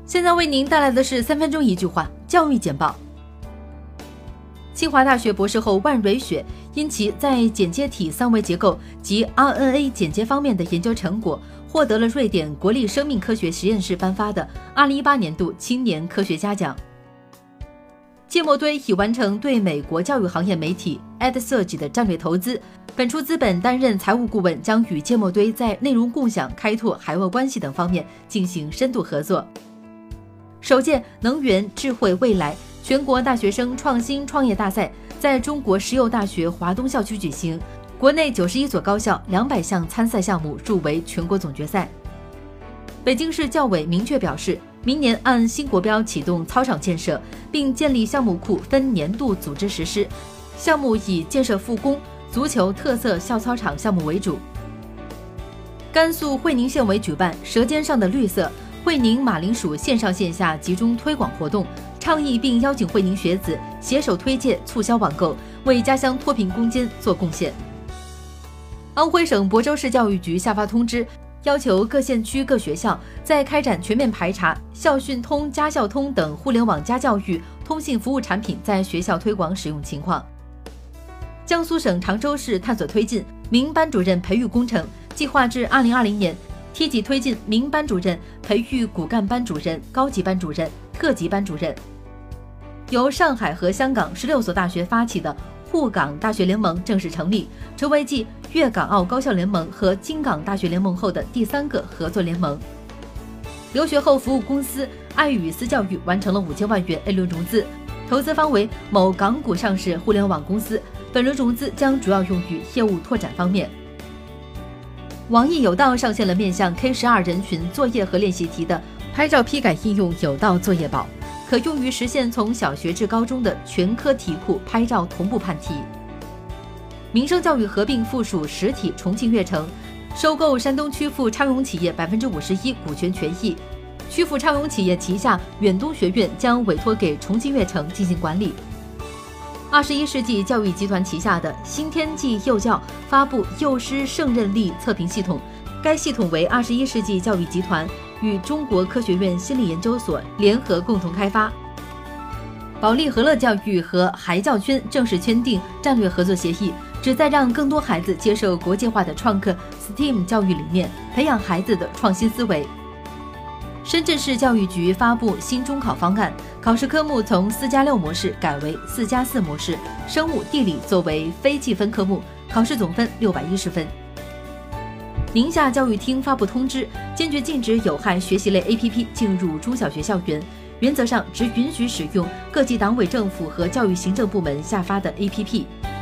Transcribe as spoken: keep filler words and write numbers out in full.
现在为您带来的是三分钟一句话教育简报。清华大学博士后万蕊雪因其在剪接体三维结构及 R N A 剪接方面的研究成果，获得了瑞典国立生命科学实验室颁发的二零一八年度青年科学家奖。芥末堆已完成对美国教育行业媒体 EdSurge 的战略投资，本初资本担任财务顾问，将与芥末堆在内容共享、开拓海外关系等方面进行深度合作。首届能源智慧未来全国大学生创新创业大赛在中国石油大学华东校区举行，国内九十一所高校两百项参赛项目入围全国总决赛。北京市教委明确表示，明年按新国标启动操场建设，并建立项目库，分年度组织实施，项目以建设复工、足球特色校操场项目为主。甘肃会宁县委举办舌尖上的绿色会宁马铃薯线上线下集中推广活动，倡议并邀请会宁学子携手推介促销网购，为家乡脱贫攻坚做贡献。安徽省亳州市教育局下发通知，要求各县区各学校在开展全面排查校讯通、家校通等互联网家教育通信服务产品在学校推广使用情况。江苏省常州市探索推进民班主任培育工程，计划至二零二零年梯级推进民班主任培育骨干班主任、高级班主任、特级班主任。由上海和香港十六所大学发起的沪港大学联盟正式成立，成为继粤港澳高校联盟和京港大学联盟后的第三个合作联盟。留学后服务公司爱语思教育完成了五千万元 A 轮融资，投资方为某港股上市互联网公司，本轮融资将主要用于业务拓展方面。网易有道上线了面向 K 十二 人群作业和练习题的拍照批改应用有道作业宝，可用于实现从小学至高中的全科题库拍照同步判题。民生教育合并附属实体重庆悦城收购山东曲阜昌荣企业百分之五十一股权权益，曲阜昌荣企业旗下远东学院将委托给重庆悦城进行管理。二十一世纪教育集团旗下的新天际幼教发布幼师胜任力测评系统，该系统为二十一世纪教育集团与中国科学院心理研究所联合共同开发。保利和乐教育和孩教圈正式签订战略合作协议，旨在让更多孩子接受国际化的创客 S T E A M 教育理念，培养孩子的创新思维。深圳市教育局发布新中考方案，考试科目从四加六模式改为四加四模式，生物、地理作为非计分科目，考试总分六百一十分。宁夏教育厅发布通知，坚决禁止有害学习类 A P P 进入中小学校园，原则上只允许使用各级党委政府和教育行政部门下发的 A P P。